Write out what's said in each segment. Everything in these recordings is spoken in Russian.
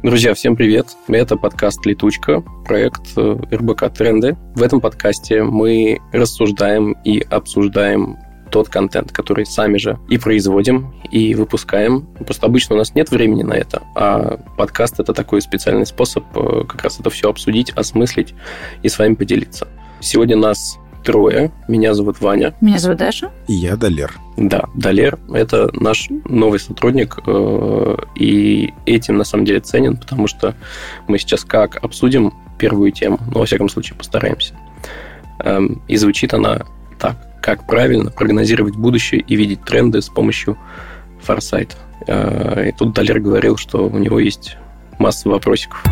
Друзья, всем привет! Это подкаст «Летучка», проект РБК Тренды. В этом подкасте мы рассуждаем и обсуждаем тот контент, который сами же и производим, и выпускаем. Просто обычно у нас нет времени на это, а подкаст – это такой специальный способ как раз это все обсудить, осмыслить и с вами поделиться. Сегодня нас трое. Меня зовут Ваня. Меня зовут Даша. И я Далер. Да, Далер – это наш новый сотрудник, и этим на самом деле ценен, потому что мы сейчас как обсудим первую тему, но во всяком случае постараемся. И звучит она так. Как правильно прогнозировать будущее и видеть тренды с помощью форсайта. И тут Далер говорил, что у него есть масса вопросиков.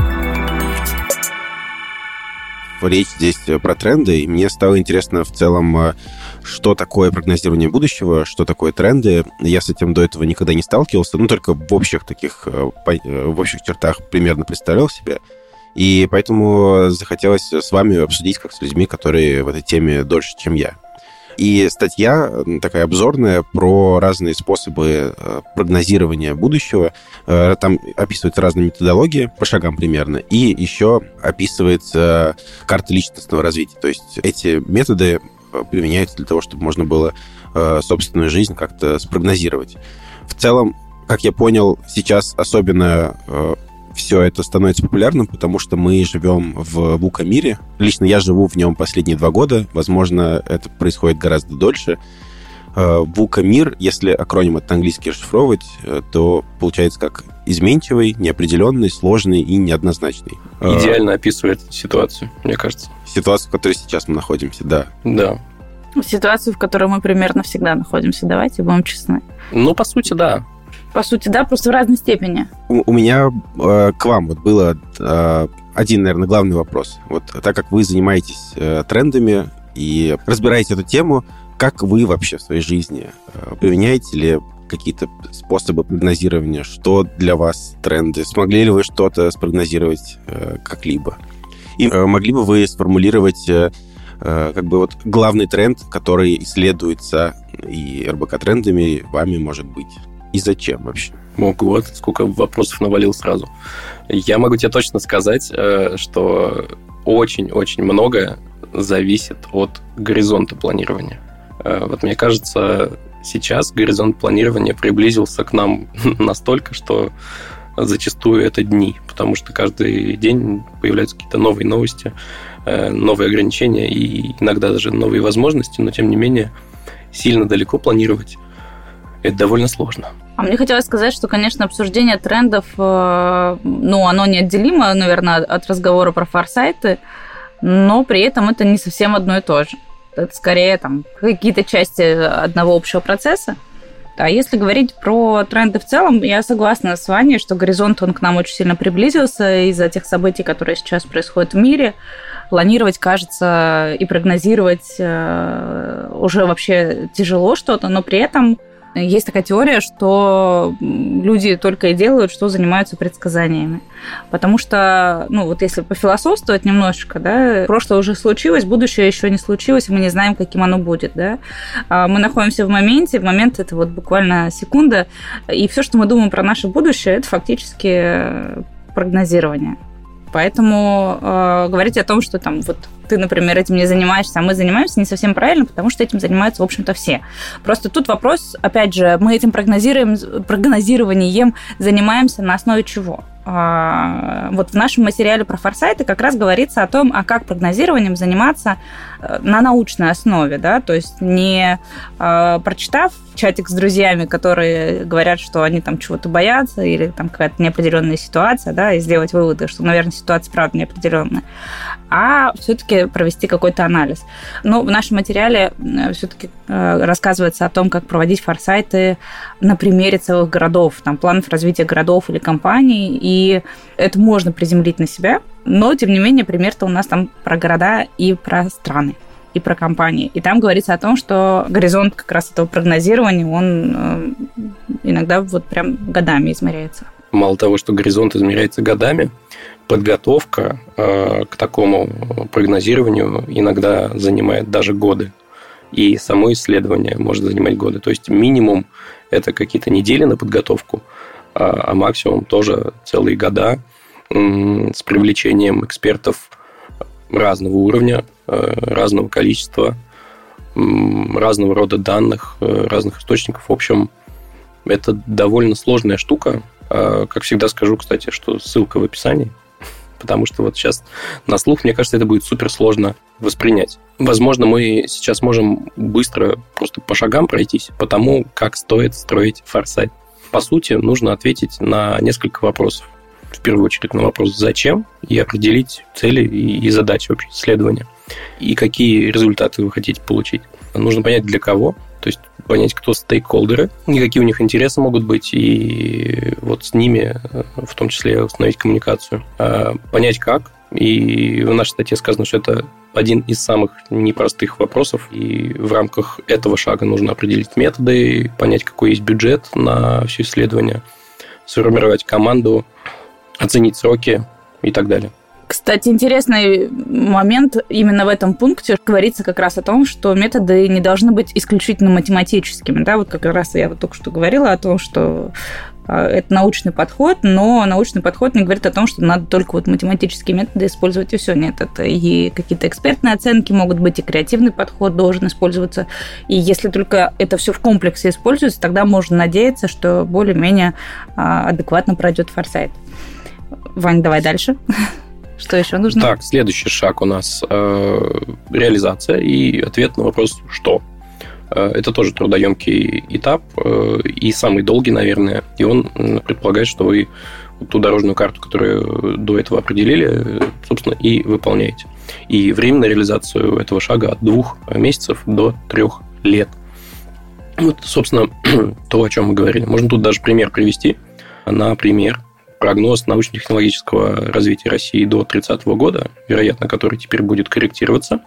Речь здесь про тренды, и мне стало интересно в целом, что такое прогнозирование будущего, что такое тренды. Я с этим до этого никогда не сталкивался, только в общих чертах примерно представлял себе. И поэтому захотелось с вами обсудить, как с людьми, которые в этой теме дольше, чем я. И статья такая обзорная про разные способы прогнозирования будущего. Там описываются разные методологии по шагам примерно. И еще описывается карта личностного развития. То есть эти методы применяются для того, чтобы можно было собственную жизнь как-то спрогнозировать. В целом, как я понял, сейчас особенно все это становится популярным, потому что мы живем в VUCA-мире. Лично я живу в нем последние 2 года. Возможно, это происходит гораздо дольше. VUCA-мир, если акроним от английски расшифровывать, то получается как изменчивый, неопределенный, сложный и неоднозначный. Идеально описывает ситуацию, мне кажется. Ситуацию, в которой сейчас мы находимся, да. Да. Ситуацию, в которой мы примерно всегда находимся. Давайте будем честны. По сути, да. По сути, да, просто в разной степени. У меня к вам было один, наверное, главный вопрос. Так как вы занимаетесь трендами и разбираете эту тему, как вы вообще в своей жизни применяете ли какие-то способы прогнозирования? Что для вас тренды? Смогли ли вы что-то спрогнозировать как-либо? И могли бы вы сформулировать главный тренд, который исследуется и РБК трендами, и вами, может быть? И зачем вообще? Ого, сколько вопросов навалил сразу. Я могу тебе точно сказать, что очень-очень многое зависит от горизонта планирования. Мне кажется, сейчас горизонт планирования приблизился к нам настолько, что зачастую это дни, потому что каждый день появляются какие-то новые новости, новые ограничения и иногда даже новые возможности, но тем не менее сильно далеко планировать это довольно сложно. А мне хотелось сказать, что, конечно, обсуждение трендов, оно неотделимо, наверное, от разговора про форсайты, но при этом это не совсем одно и то же. Это скорее какие-то части одного общего процесса. А если говорить про тренды в целом, я согласна с Ваней, что горизонт, он к нам очень сильно приблизился из-за тех событий, которые сейчас происходят в мире. Планировать, кажется, и прогнозировать уже вообще тяжело что-то, но при этом есть такая теория, что люди только и делают, что занимаются предсказаниями. Потому что, если пофилософствовать немножечко, да, прошлое уже случилось, будущее еще не случилось, и мы не знаем, каким оно будет, да. Мы находимся в моменте, момент – это буквально секунда, и все, что мы думаем про наше будущее, это фактически прогнозирование. Поэтому говорить о том, что ты, например, этим не занимаешься, а мы занимаемся, не совсем правильно, потому что этим занимаются, в общем-то, все. Просто тут вопрос, опять же, мы этим прогнозированием занимаемся на основе чего? В нашем материале про форсайты как раз говорится о том, как прогнозированием заниматься на научной основе, да, то есть не прочитав чатик с друзьями, которые говорят, что они чего-то боятся или какая-то неопределенная ситуация, да, и сделать выводы, что, наверное, ситуация правда неопределенная, а все-таки провести какой-то анализ. Но в нашем материале все-таки рассказывается о том, как проводить форсайты на примере целых городов, планов развития городов или компаний, и это можно приземлить на себя, но, тем не менее, пример-то у нас про города и про страны, и про компании. И там говорится о том, что горизонт как раз этого прогнозирования, он иногда прям годами измеряется. Мало того, что горизонт измеряется годами, подготовка к такому прогнозированию иногда занимает даже годы. И само исследование может занимать годы. То есть минимум это какие-то недели на подготовку, а максимум тоже целые года с привлечением экспертов разного уровня, разного количества, разного рода данных, разных источников. В общем, это довольно сложная штука. Как всегда скажу, кстати, что ссылка в описании, потому что вот сейчас на слух, мне кажется, это будет супер сложно воспринять. Возможно, мы сейчас можем быстро просто по шагам пройтись по тому, как стоит строить форсайт. По сути, нужно ответить на несколько вопросов. В первую очередь на вопрос «зачем?» и определить цели и задачи вообще исследования. И какие результаты вы хотите получить. Нужно понять, для кого, то есть понять, кто стейкхолдеры, и какие у них интересы могут быть, и вот с ними в том числе установить коммуникацию. Понять, как. И в нашей статье сказано, что это один из самых непростых вопросов, и в рамках этого шага нужно определить методы, понять, какой есть бюджет на все исследование, сформировать команду, оценить сроки и так далее. Кстати, интересный момент именно в этом пункте говорится как раз о том, что методы не должны быть исключительно математическими. Да? Вот как раз я вот только что говорила о том, что это научный подход, но научный подход не говорит о том, что надо только вот математические методы использовать и все. Нет, это и какие-то экспертные оценки могут быть, и креативный подход должен использоваться. И если только это все в комплексе используется, тогда можно надеяться, что более-менее адекватно пройдет форсайт. Вань, давай дальше. Что еще нужно? Так, следующий шаг у нас реализация и ответ на вопрос «что?». Это тоже трудоемкий этап и самый долгий, наверное. И он предполагает, что вы ту дорожную карту, которую до этого определили, собственно, и выполняете. И время на реализацию этого шага от 2 месяцев до 3 лет. Вот, собственно, то, о чем мы говорили. Можно тут даже пример привести. Например, прогноз научно-технологического развития России до 30 года, вероятно, который теперь будет корректироваться,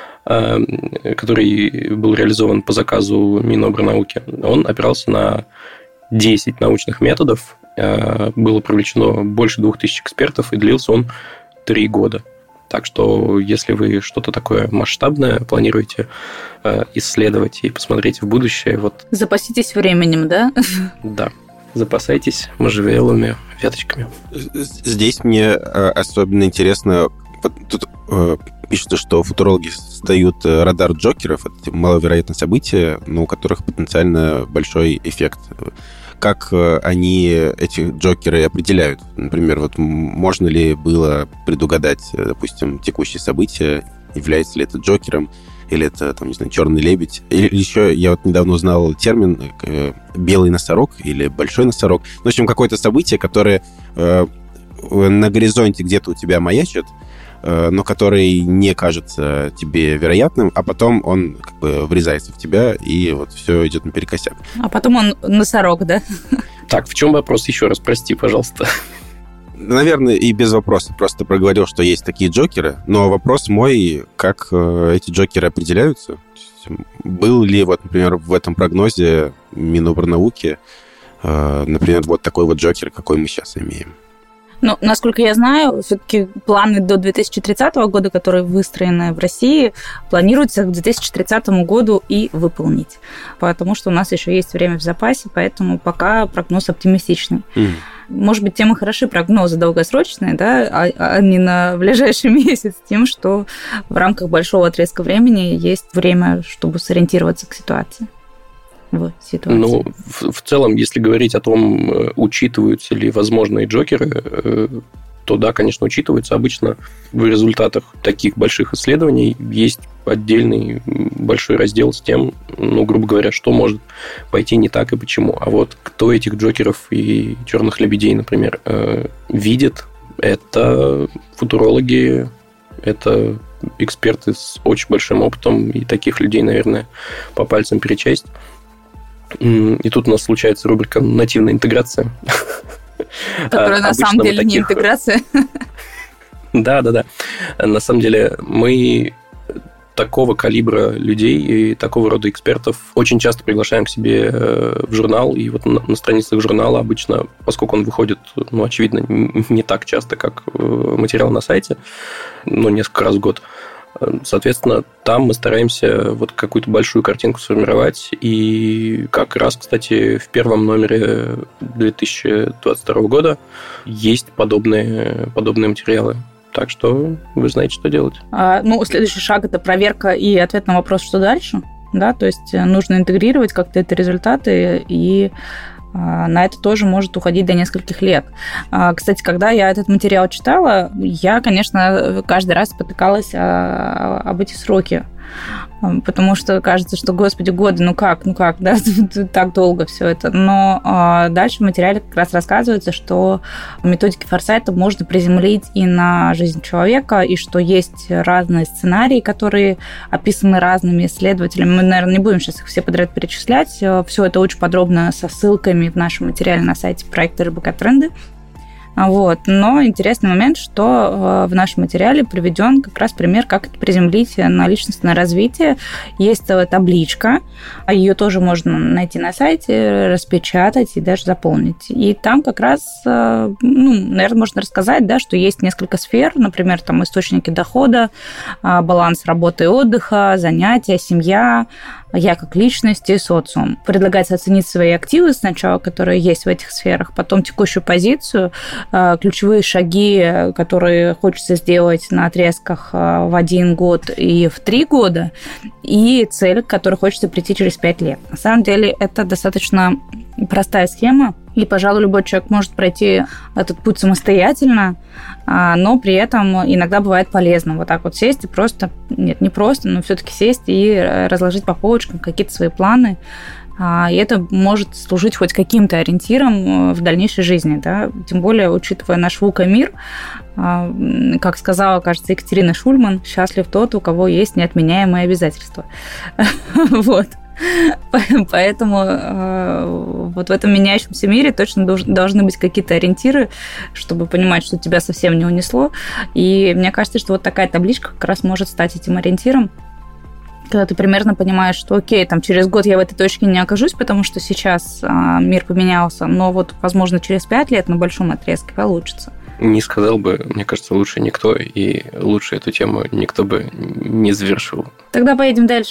который был реализован по заказу Минобрнауки, он опирался на 10 научных методов, было привлечено больше 2000 экспертов, и длился он 3 года. Так что, если вы что-то такое масштабное планируете исследовать и посмотреть в будущее... Вот... Запаситесь временем, да? Да. Запасайтесь можжевеловыми веточками. Здесь мне особенно интересно... Тут пишется, что футурологи создают радар джокеров. Это маловероятное событие, но у которых потенциально большой эффект. Как они эти джокеры определяют? Например, вот можно ли было предугадать, допустим, текущее событие, является ли это джокером, или это, там, не знаю, черный лебедь. Или еще я вот недавно узнал термин белый носорог или большой носорог. В общем, какое-то событие, которое на горизонте где-то у тебя маячит, но который не кажется тебе вероятным, а потом он как бы врезается в тебя, и вот все идет наперекосяк. А потом он носорог, да? Так, в чем вопрос? Еще раз, прости, пожалуйста. Наверное, и без вопроса. Просто проговорил, что есть такие джокеры, но вопрос мой, как эти джокеры определяются? Был ли, вот, например, в этом прогнозе Минобрнауки, например, вот такой вот джокер, какой мы сейчас имеем? Ну, насколько я знаю, все-таки планы до 2030 года, которые выстроены в России, планируется к 2030 году и выполнить. Потому что у нас еще есть время в запасе, поэтому пока прогноз оптимистичный. Может быть, тем и хороши прогнозы долгосрочные, да, а не на ближайший месяц, тем, что в рамках большого отрезка времени есть время, чтобы сориентироваться к ситуации. В ситуации. Ну, в целом, если говорить о том, учитываются ли возможные джокеры, то да, конечно, учитываются. Обычно в результатах таких больших исследований есть отдельный большой раздел с тем, ну, грубо говоря, что может пойти не так и почему. А вот кто этих джокеров и черных лебедей, например, видит, это футурологи, это эксперты с очень большим опытом, и таких людей, наверное, по пальцам перечесть. И тут у нас случается рубрика «Нативная интеграция». Которая на самом деле не интеграция. Да. На самом деле мы такого калибра людей и такого рода экспертов очень часто приглашаем к себе в журнал. И вот на страницах журнала обычно, поскольку он выходит, ну, очевидно, не так часто, как материал на сайте, но несколько раз в год, Соответственно, там мы стараемся вот какую-то большую картинку сформировать. И как раз, кстати, в первом номере 2022 года есть подобные материалы. Так что вы знаете, что делать. Следующий шаг – это проверка и ответ на вопрос, что дальше. Да? То есть нужно интегрировать как-то эти результаты, и на это тоже может уходить до нескольких лет. Кстати, когда я этот материал читала, я, конечно, каждый раз спотыкалась об эти сроки. Потому что кажется, что, господи, годы, ну как, да, так долго все это. Но дальше в материале как раз рассказывается, что методики форсайта можно приземлить и на жизнь человека, и что есть разные сценарии, которые описаны разными исследователями. Мы, наверное, не будем сейчас их все подряд перечислять. Все это очень подробно со ссылками в нашем материале на сайте проекта РБК Тренды. Но интересный момент, что в нашем материале приведен как раз пример, как это приземлить на личностное развитие. Есть целая табличка, ее тоже можно найти на сайте, распечатать и даже заполнить. И там как раз, наверное, можно рассказать, да, что есть несколько сфер, например, там источники дохода, баланс работы и отдыха, занятия, семья, я как личность и социум. Предлагается оценить свои активы сначала, которые есть в этих сферах, потом текущую позицию, ключевые шаги, которые хочется сделать на отрезках в 1 год и в 3 года, и цель, к которой хочется прийти через 5 лет. На самом деле это достаточно простая схема, и, пожалуй, любой человек может пройти этот путь самостоятельно, но при этом иногда бывает полезно вот так вот сесть и просто, нет, не просто, но все-таки сесть и разложить по полочкам какие-то свои планы, и это может служить хоть каким-то ориентиром в дальнейшей жизни, да? Тем более, учитывая наш VUCA-мир, как сказала, кажется, Екатерина Шульман, счастлив тот, у кого есть неотменяемые обязательства. Вот. Поэтому вот в этом меняющемся мире точно должны быть какие-то ориентиры, чтобы понимать, что тебя совсем не унесло. И мне кажется, что вот такая табличка как раз может стать этим ориентиром, когда ты примерно понимаешь, что окей, там через год я в этой точке не окажусь, потому что сейчас мир поменялся, но вот, возможно, через 5 лет на большом отрезке получится. Не сказал бы, мне кажется, лучше никто, и лучше эту тему никто бы не завершил. Тогда поедем дальше.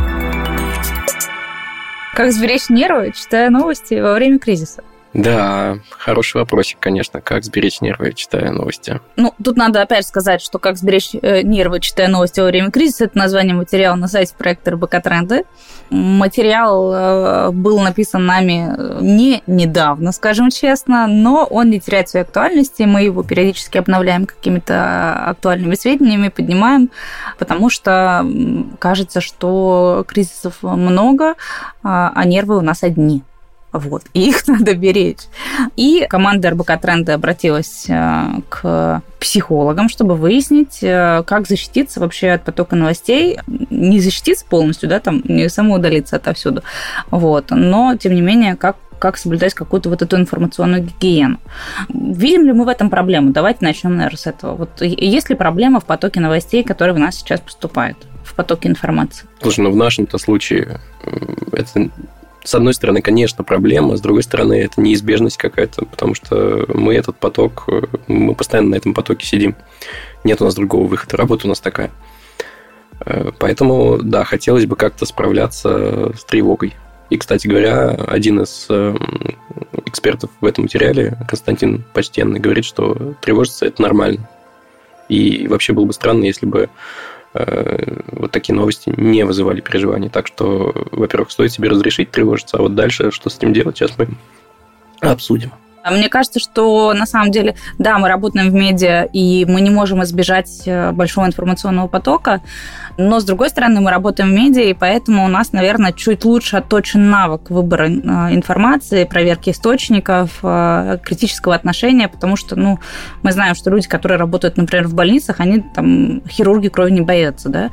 Как сберечь нервы, читая новости во время кризиса? Да, хороший вопросик, конечно. Как сберечь нервы, читая новости? Тут надо опять сказать, что «Как сберечь нервы, читая новости во время кризиса» – это название материала на сайте проекта РБК Тренды. Материал был написан нами не недавно, скажем честно, но он не теряет своей актуальности. Мы его периодически обновляем какими-то актуальными сведениями, поднимаем, потому что кажется, что кризисов много, а нервы у нас одни. Вот, и их надо беречь. И команда РБК Тренды обратилась к психологам, чтобы выяснить, как защититься вообще от потока новостей. Не защититься полностью, да, там, не самоудалиться отовсюду, вот, но, тем не менее, как соблюдать какую-то вот эту информационную гигиену. Видим ли мы в этом проблему? Давайте начнем, наверное, с этого. Вот есть ли проблема в потоке новостей, которые в нас сейчас поступают, в потоке информации? Слушай, в нашем-то случае это... С одной стороны, конечно, проблема, с другой стороны, это неизбежность какая-то, потому что мы этот поток, мы постоянно на этом потоке сидим. Нет у нас другого выхода, работа у нас такая. Поэтому, да, хотелось бы как-то справляться с тревогой. И, кстати говоря, один из экспертов в этом материале, Константин Почтенный, говорит, что тревожиться – это нормально. И вообще было бы странно, если бы вот такие новости не вызывали переживаний. Так что, во-первых, стоит себе разрешить тревожиться, а вот дальше что с этим делать, сейчас мы обсудим. Мне кажется, что на самом деле, да, мы работаем в медиа, и мы не можем избежать большого информационного потока, но, с другой стороны, мы работаем в медиа, и поэтому у нас, наверное, чуть лучше отточен навык выбора информации, проверки источников, критического отношения, потому что, мы знаем, что люди, которые работают, например, в больницах, они там хирурги крови не боятся, да,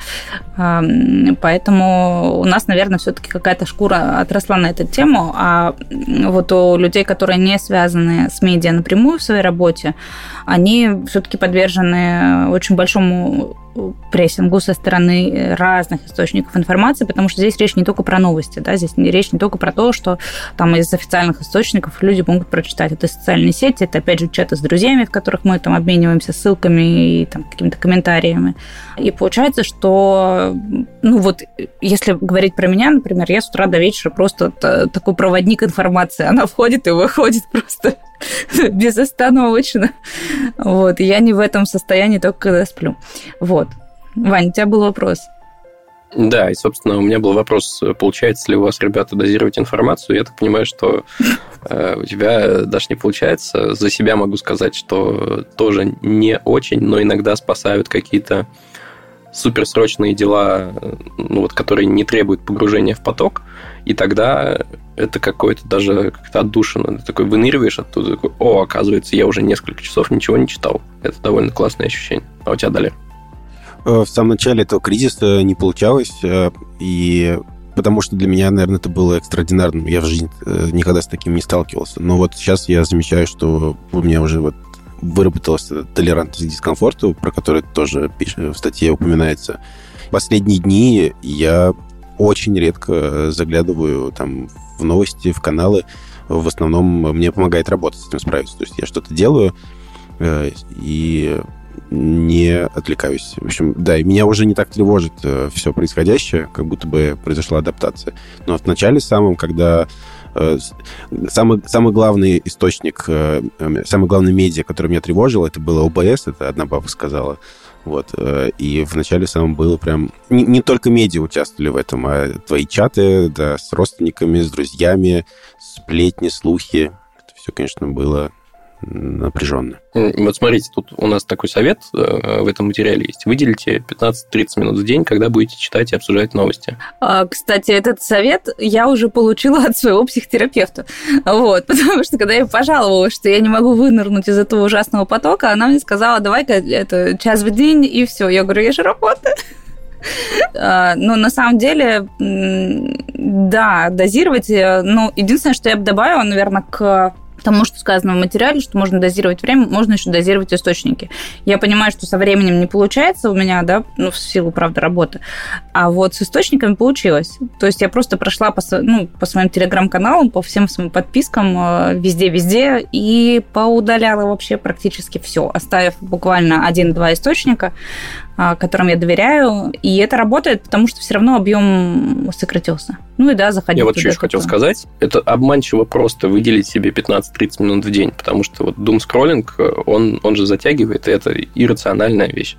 поэтому у нас, наверное, все-таки какая-то шкура отросла на эту тему, а вот у людей, которые не связаны связанные с медиа напрямую в своей работе, они все-таки подвержены очень большому прессингу со стороны разных источников информации, потому что здесь речь не только про новости, да, здесь речь не только про то, что там из официальных источников люди могут прочитать. Это социальные сети, это, опять же, чаты с друзьями, в которых мы там обмениваемся ссылками и там какими-то комментариями. И получается, что, ну вот, если говорить про меня, например, я с утра до вечера просто такой проводник информации. Она входит и выходит просто безостановочно. Вот. И я не в этом состоянии, только когда сплю. Вот. Вань, у тебя был вопрос. Да, и, собственно, у меня был вопрос, получается ли у вас, ребята, дозировать информацию. Я так понимаю, что у тебя даже не получается. За себя могу сказать, что тоже не очень, но иногда спасают какие-то суперсрочные дела, ну, вот, которые не требуют погружения в поток, и тогда это какое-то даже как-то отдушина. Ты такой выныриваешь оттуда, такой, о, оказывается, я уже несколько часов ничего не читал. Это довольно классное ощущение. А у тебя, Далер? В самом начале этого кризиса не получалось, и потому что для меня, наверное, это было экстраординарным. Я в жизни никогда с таким не сталкивался. Но вот сейчас я замечаю, что у меня уже вот выработалась толерантность к дискомфорту, про который тоже в статье упоминается. Последние дни я очень редко заглядываю там в новости, в каналы. В основном мне помогает работа с этим справиться. То есть я что-то делаю и не отвлекаюсь. В общем, да, и меня уже не так тревожит все происходящее, как будто бы произошла адаптация. Но в начале самом, когда самый главный источник, самый главный медиа, который меня тревожил, это было ОБС, это одна баба сказала. Вот. И в начале самом было прям... Не только медиа участвовали в этом, а твои чаты, да, с родственниками, с друзьями, сплетни, слухи. Это все, конечно, было напряженно. Вот смотрите, тут у нас такой совет в этом материале есть. Выделите 15-30 минут в день, когда будете читать и обсуждать новости. Кстати, этот совет я уже получила от своего психотерапевта. Вот, потому что когда я пожаловалась, что я не могу вынырнуть из этого ужасного потока, она мне сказала, давай-ка это час в день, и все. Я говорю, я же работаю. Но на самом деле, да, дозировать. Ну, единственное, что я бы добавила, наверное, к тому, что сказано в материале, что можно дозировать время, можно еще дозировать источники. Я понимаю, что со временем не получается у меня, да, ну, в силу, правда, работы. А вот с источниками получилось. То есть я просто прошла по своим телеграм-каналам, по всем своим подпискам везде-везде и поудаляла вообще практически все, оставив буквально 1-2 источника, которым я доверяю. И это работает, потому что все равно объем сократился. Ну и да, заходить. Я вот еще хотел сказать, это обманчиво просто выделить себе 15-30 минут в день, потому что вот думскроллинг, он же затягивает, и это иррациональная вещь.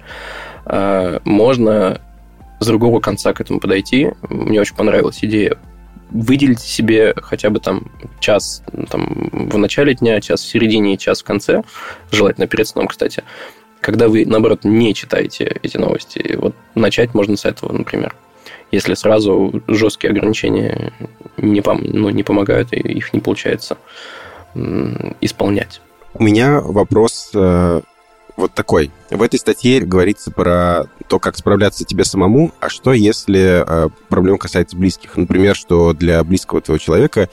Можно с другого конца к этому подойти. Мне очень понравилась идея. Выделите себе хотя бы там час там, в начале дня, час в середине и час в конце, желательно перед сном, кстати, когда вы, наоборот, не читаете эти новости. И вот начать можно с этого, например. Если сразу жесткие ограничения не помогают, и их не получается исполнять. У меня вопрос вот такой. В этой статье говорится про то, как справляться тебе самому, а что, если проблема касается близких? Например, что для близкого твоего человека...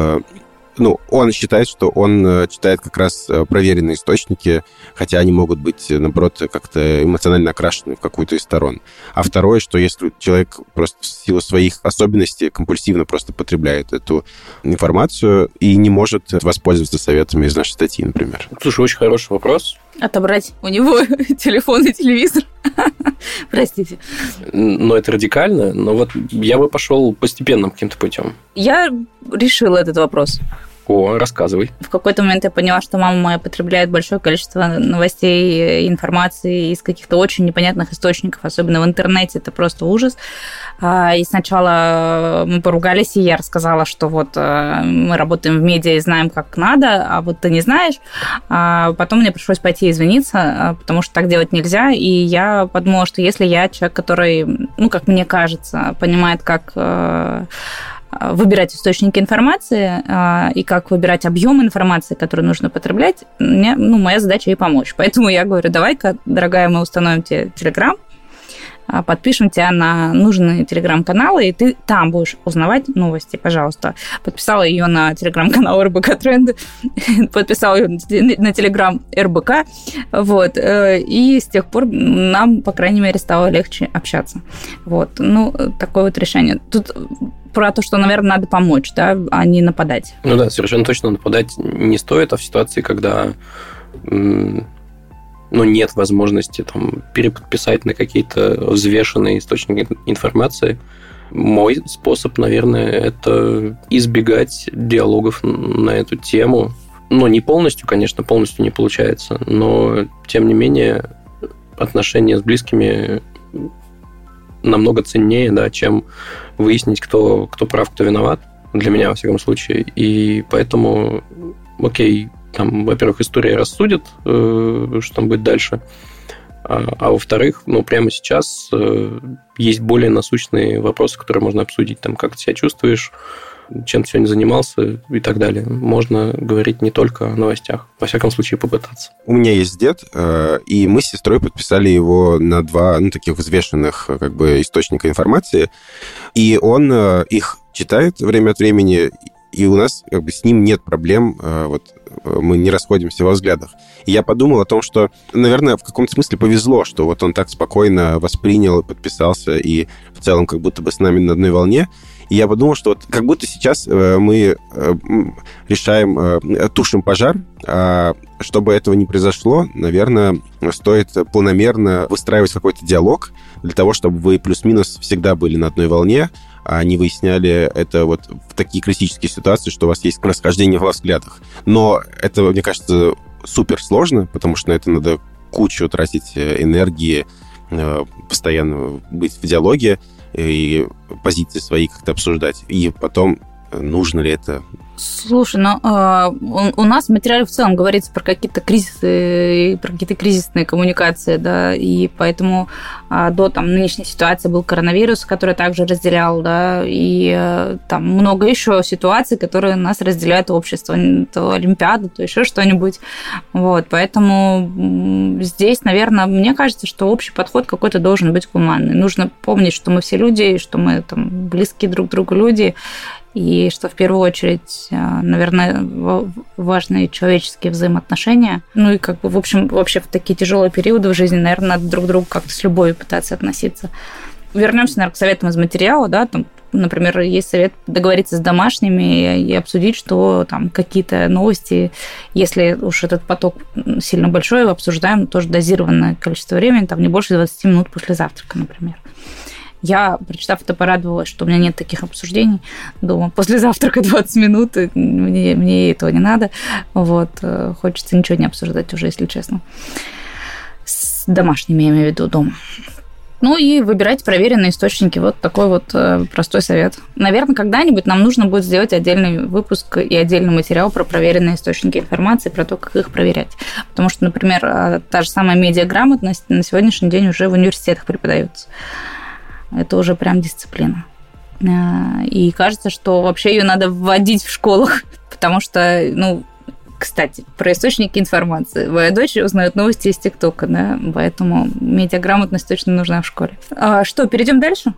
он считает, что он читает как раз проверенные источники, хотя они могут быть, наоборот, как-то эмоционально окрашены в какую-то из сторон. А второе, что если человек просто в силу своих особенностей компульсивно просто потребляет эту информацию и не может воспользоваться советами из нашей статьи, например. Слушай, очень хороший вопрос. Отобрать у него телефон и телевизор. Простите. Но это радикально, но вот я бы пошел постепенным каким-то путем. Я решила этот вопрос. О, рассказывай. В какой-то момент я поняла, что мама моя потребляет большое количество новостей, информации из каких-то очень непонятных источников, особенно в интернете. Это просто ужас. И сначала мы поругались, и я рассказала, что вот мы работаем в медиа и знаем, как надо, а вот ты не знаешь. Потом мне пришлось пойти извиниться, потому что так делать нельзя. И я подумала, что если я человек, который, как мне кажется, понимает, как выбирать источники информации и как выбирать объем информации, который нужно потреблять, моя задача ей помочь. Поэтому я говорю, давай-ка, дорогая, мы установим тебе Telegram, подпишем тебя на нужные телеграм-каналы, и ты там будешь узнавать новости, пожалуйста. Подписала ее на телеграм-канал РБК Тренды, подписала ее на телеграм РБК, вот, и с тех пор нам, по крайней мере, стало легче общаться. Вот, ну, такое вот решение. Тут про то, что, наверное, надо помочь, да, а не нападать. Ну да, совершенно точно нападать не стоит, а в ситуации, когда нет возможности там переподписать на какие-то взвешенные источники информации, мой способ, наверное, это избегать диалогов на эту тему. Не полностью, конечно, полностью не получается, но, тем не менее, отношения с близкими намного ценнее, да, чем выяснить, кто прав, кто виноват. Для меня, во всяком случае. И поэтому, окей, там, во-первых, история рассудит, что там будет дальше. А во-вторых, прямо сейчас есть более насущные вопросы, которые можно обсудить. Там, как ты себя чувствуешь, чем ты сегодня занимался и так далее. Можно говорить не только о новостях. Во всяком случае, попытаться. У меня есть дед, и мы с сестрой подписали его на 2 таких взвешенных источника информации. И он их читает время от времени, и у нас с ним нет проблем, мы не расходимся во взглядах. И я подумал о том, что, наверное, в каком-то смысле повезло, что вот он так спокойно воспринял, подписался, и в целом как будто бы с нами на одной волне. И я подумал, что вот как будто сейчас мы тушим пожар, а чтобы этого не произошло, наверное, стоит планомерно выстраивать какой-то диалог для того, чтобы вы плюс-минус всегда были на одной волне, а не выясняли это вот в такие критические ситуации, что у вас есть расхождение во взглядах. Но это, мне кажется, супер сложно, потому что на это надо кучу тратить энергии, постоянно быть в диалоге и позиции свои как-то обсуждать. И потом, нужно ли это... Слушай, у нас в материале в целом говорится про какие-то кризисы, про какие-то кризисные коммуникации, да, и поэтому до нынешней ситуации был коронавирус, который также разделял, да, и там много еще ситуаций, которые нас разделяют общество, то Олимпиада, то еще что-нибудь, вот, поэтому здесь, наверное, мне кажется, что общий подход какой-то должен быть гуманный. Нужно помнить, что мы все люди, что мы там близкие друг к другу люди, и что в первую очередь, наверное, важны человеческие взаимоотношения. Ну и в общем, вообще в такие тяжелые периоды в жизни, наверное, надо друг к другу как-то с любовью пытаться относиться. Вернемся, наверное, к советам из материала, да, там, например, есть совет договориться с домашними и обсудить, что там какие-то новости, если уж этот поток сильно большой, обсуждаем тоже дозированное количество времени, там не больше 20 минут после завтрака, например. Я, прочитав это, порадовалась, что у меня нет таких обсуждений дома. После завтрака 20 минут, мне этого не надо. Вот. Хочется ничего не обсуждать уже, если честно. С домашними, я имею в виду, дома. Ну и выбирайте проверенные источники. Вот такой вот простой совет. Наверное, когда-нибудь нам нужно будет сделать отдельный выпуск и отдельный материал про проверенные источники информации, про то, как их проверять. Потому что, например, та же самая медиаграмотность на сегодняшний день уже в университетах преподается. Это уже прям дисциплина. И кажется, что вообще ее надо вводить в школах, потому что, кстати, про источники информации. Моя дочь узнает новости из ТикТока, да, поэтому медиаграмотность точно нужна в школе. Что, перейдем дальше?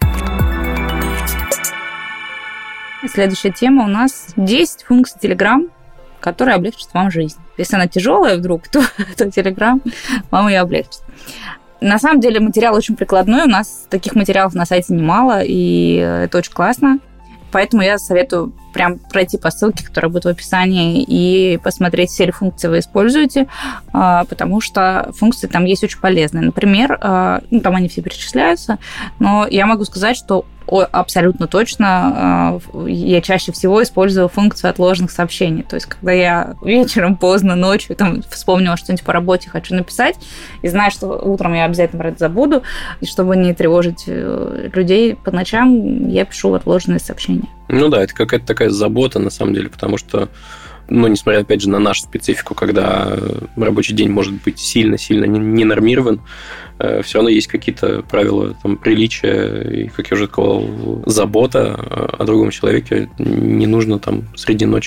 Следующая тема у нас 10 функций Telegram, которые облегчат вам жизнь. Если она тяжелая вдруг, то Telegram вам ее облегчит. На самом деле материал очень прикладной. У нас таких материалов на сайте немало, и это очень классно. Поэтому я советую прям пройти по ссылке, которая будет в описании, и посмотреть, все ли функции вы используете, потому что функции там есть очень полезные. Например, там они все перечисляются, но я могу сказать, что абсолютно точно я чаще всего использую функцию отложенных сообщений. То есть, когда я вечером, поздно, ночью там вспомнила что-нибудь по работе, хочу написать, и знаю, что утром я обязательно про это забуду, и чтобы не тревожить людей по ночам, я пишу отложенные сообщения. Ну да, это какая-то такая забота, на самом деле, потому что, несмотря, опять же, на нашу специфику, когда рабочий день может быть сильно-сильно не нормирован, все равно есть какие-то правила там, приличия, и, как я уже сказал, забота о другом человеке. Не нужно там среди ночи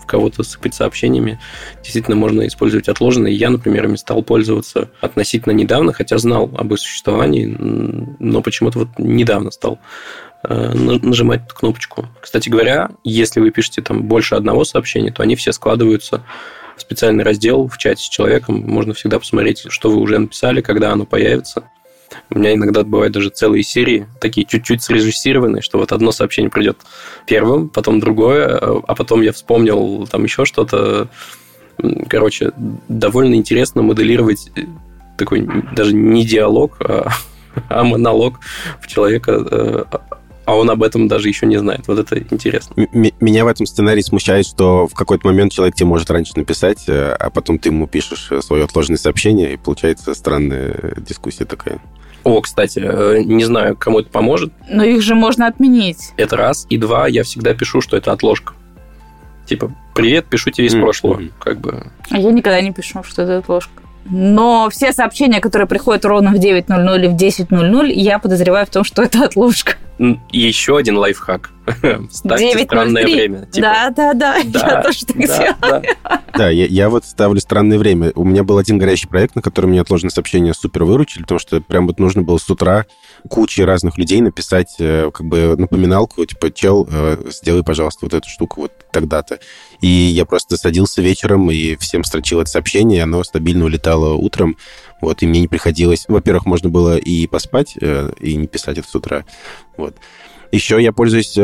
в кого-то сыпать сообщениями, действительно можно использовать отложенные. Я, например, ими стал пользоваться относительно недавно, хотя знал об их существовании, но почему-то вот недавно стал нажимать эту кнопочку. Кстати говоря, если вы пишете там больше одного сообщения, то они все складываются в специальный раздел в чате с человеком. Можно всегда посмотреть, что вы уже написали, когда оно появится. У меня иногда бывают даже целые серии, такие чуть-чуть срежиссированные, что вот одно сообщение придет первым, потом другое, а потом я вспомнил там еще что-то. Короче, довольно интересно моделировать такой даже не диалог, а монолог в человека, а он об этом даже еще не знает. Вот это интересно. Меня в этом сценарии смущает, что в какой-то момент человек тебе может раньше написать, а потом ты ему пишешь свое отложенное сообщение, и получается странная дискуссия такая. О, кстати, не знаю, кому это поможет. Но их же можно отменить. Это раз. И два, я всегда пишу, что это отложка. Типа, привет, пишу тебе из прошлого. Как бы. А я никогда не пишу, что это отложка. Но все сообщения, которые приходят ровно в 9:00 или в 10:00, я подозреваю в том, что это отложка. И еще один лайфхак. Ставьте странное время. Типа, да. Я тоже так делаю. Да, я вот ставлю странное время. У меня был один горящий проект, на котором мне отложенные сообщения супер выручили, потому что прям вот нужно было с утра куче разных людей написать как бы напоминалку, типа, чел, сделай, пожалуйста, вот эту штуку вот тогда-то. И я просто садился вечером и всем строчил это сообщение, и оно стабильно улетало утром. Вот, и мне не приходилось... Во-первых, можно было и поспать, и не писать это с утра. Вот. Еще я пользуюсь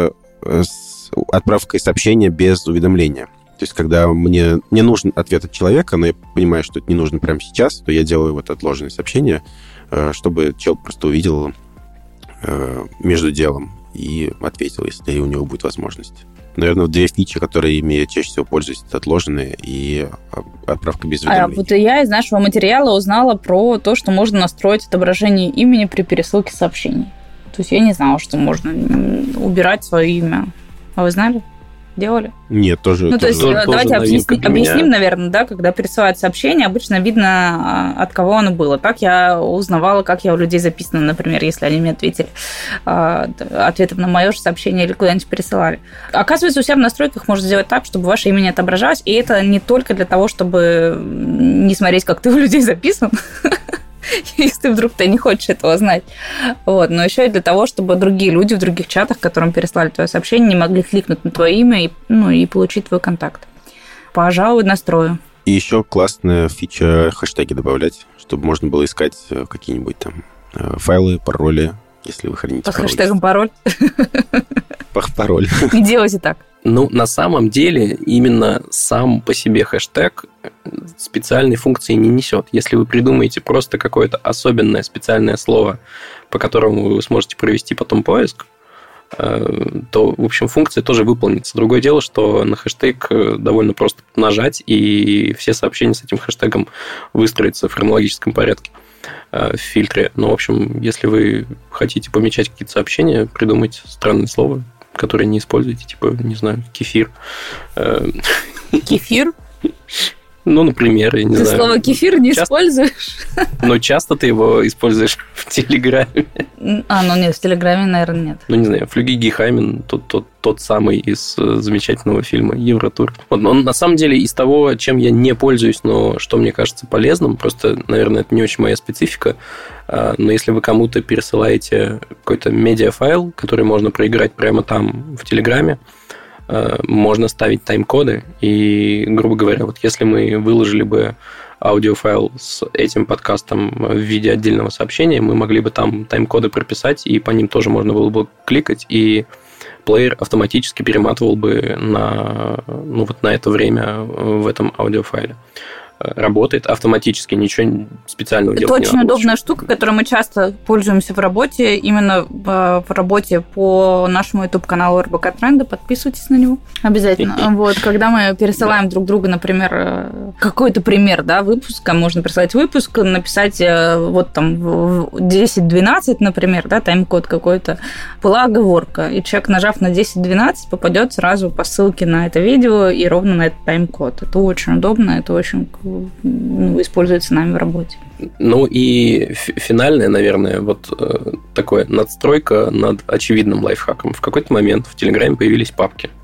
отправкой сообщения без уведомления. То есть, когда мне нужен ответ от человека, но я понимаю, что это не нужно прямо сейчас, то я делаю вот отложенное сообщение, чтобы человек просто увидел между делом и ответил, если у него будет возможность. Наверное, две фичи, которыми я чаще всего пользуюсь, это отложенные и отправка без уведомлений. Вот я из нашего материала узнала про то, что можно настроить отображение имени при пересылке сообщений. То есть я не знала, что можно убирать свое имя. А вы знали? Делали? Нет, тоже. Ну, то есть, давайте объясним, наверное, да, когда присылают сообщение, обычно видно, от кого оно было. Так я узнавала, как я у людей записана, например, если они мне ответили ответом на мое же сообщение или куда-нибудь пересылали. Оказывается, у себя в настройках можно сделать так, чтобы ваше имя не отображалось, и это не только для того, чтобы не смотреть, как ты у людей записан, если вдруг ты не хочешь этого знать. Вот. Но еще и для того, чтобы другие люди в других чатах, которым переслали твое сообщение, не могли кликнуть на твое имя и получить твой контакт. Пожалуй, настрою. И еще классная фича хэштеги добавлять, чтобы можно было искать какие-нибудь там файлы, пароли, если вы храните пароль. Под хэштегом пароль? Пароль. Не делайте так. Ну, на самом деле, именно сам по себе хэштег специальной функции не несет. Если вы придумаете просто какое-то особенное специальное слово, по которому вы сможете провести потом поиск, то, в общем, функция тоже выполнится. Другое дело, что на хэштег довольно просто нажать, и все сообщения с этим хэштегом выстроятся в хронологическом порядке в фильтре. Но, в общем, если вы хотите помечать какие-то сообщения, придумайте странное слово, которые не используете, типа, не знаю, кефир. Кефир? Ну, например, я не знаю. Ты слово кефир не используешь? Но часто ты его используешь в Телеграме. Ну нет, в Телеграме, наверное, нет. Ну, не знаю, Флюги Гейхаймен, тот самый из замечательного фильма «Евротур». Вот, но на самом деле из того, чем я не пользуюсь, но что мне кажется полезным, просто, наверное, это не очень моя специфика, но если вы кому-то пересылаете какой-то медиафайл, который можно проиграть прямо там, в Телеграме, можно ставить тайм-коды, и, грубо говоря, вот если мы выложили бы аудиофайл с этим подкастом в виде отдельного сообщения, мы могли бы там тайм-коды прописать, и по ним тоже можно было бы кликать, и плеер автоматически перематывал бы на это время в этом аудиофайле. Работает автоматически, ничего специального делать не надо. Это очень удобная штука, которой мы часто пользуемся в работе, именно в работе по нашему YouTube-каналу РБК Тренды. Подписывайтесь на него обязательно. Вот, когда мы пересылаем друг другу, например, какой-то пример, да, выпуска, можно присылать выпуск, написать вот там в 10-12, например, да, тайм-код какой-то, была оговорка, и человек, нажав на 10-12, попадет сразу по ссылке на это видео и ровно на этот тайм-код. Это очень удобно, это очень используется нами в работе. Ну и финальное, наверное, вот такое надстройка над очевидным лайфхаком. В какой-то момент в Телеграме появились папки.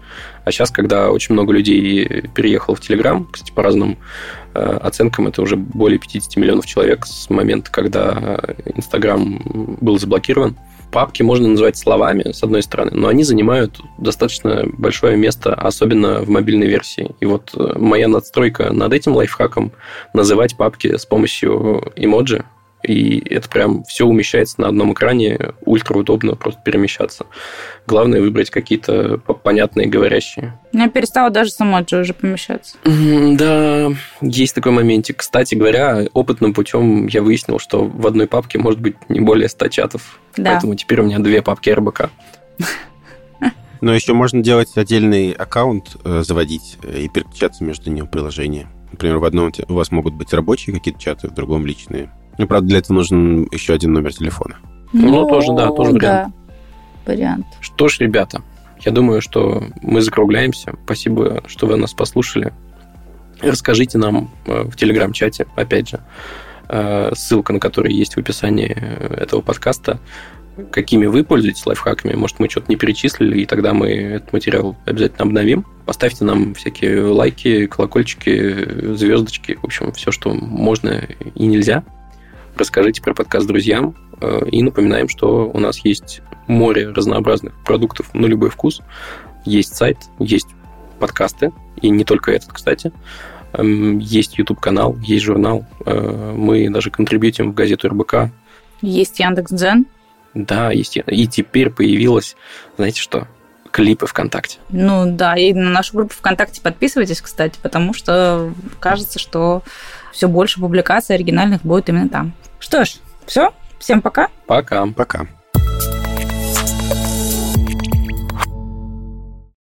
А сейчас, когда очень много людей переехало в Telegram, кстати, по разным оценкам, это уже более 50 миллионов человек с момента, когда Instagram был заблокирован. Папки можно называть словами, с одной стороны, но они занимают достаточно большое место, особенно в мобильной версии. И вот моя надстройка над этим лайфхаком – называть папки с помощью эмоджи. И это прям все умещается на одном экране, ультраудобно просто перемещаться. Главное выбрать какие-то понятные говорящие. Я перестала даже с эмоджи уже помещаться. Да, есть такой моментик. Кстати говоря, опытным путем я выяснил, что в одной папке может быть не более 100 чатов. Да. Поэтому теперь у меня 2 папки РБК. Но еще можно делать отдельный аккаунт, заводить и переключаться между ними в приложении. Например, в одном у вас могут быть рабочие какие-то чаты, в другом личные. Ну, правда, для этого нужен еще один номер телефона. Ну, тоже, да, тоже вариант. Да, вариант. Что ж, ребята, я думаю, что мы закругляемся. Спасибо, что вы нас послушали. Расскажите нам в Telegram-чате, опять же, ссылка на который есть в описании этого подкаста, какими вы пользуетесь лайфхаками. Может, мы что-то не перечислили, и тогда мы этот материал обязательно обновим. Поставьте нам всякие лайки, колокольчики, звездочки, в общем, все, что можно и нельзя. Расскажите про подкаст друзьям. И напоминаем, что у нас есть море разнообразных продуктов на любой вкус. Есть сайт, есть подкасты, и не только этот, кстати. Есть YouTube-канал, есть журнал. Мы даже контрибьютим в газету РБК. Есть Яндекс.Дзен. Да, есть. И теперь появилось, знаете что, клипы ВКонтакте. Ну да, и на нашу группу ВКонтакте подписывайтесь, кстати, потому что кажется, что все больше публикаций оригинальных будет именно там. Что ж, все. Всем пока. Пока. Пока.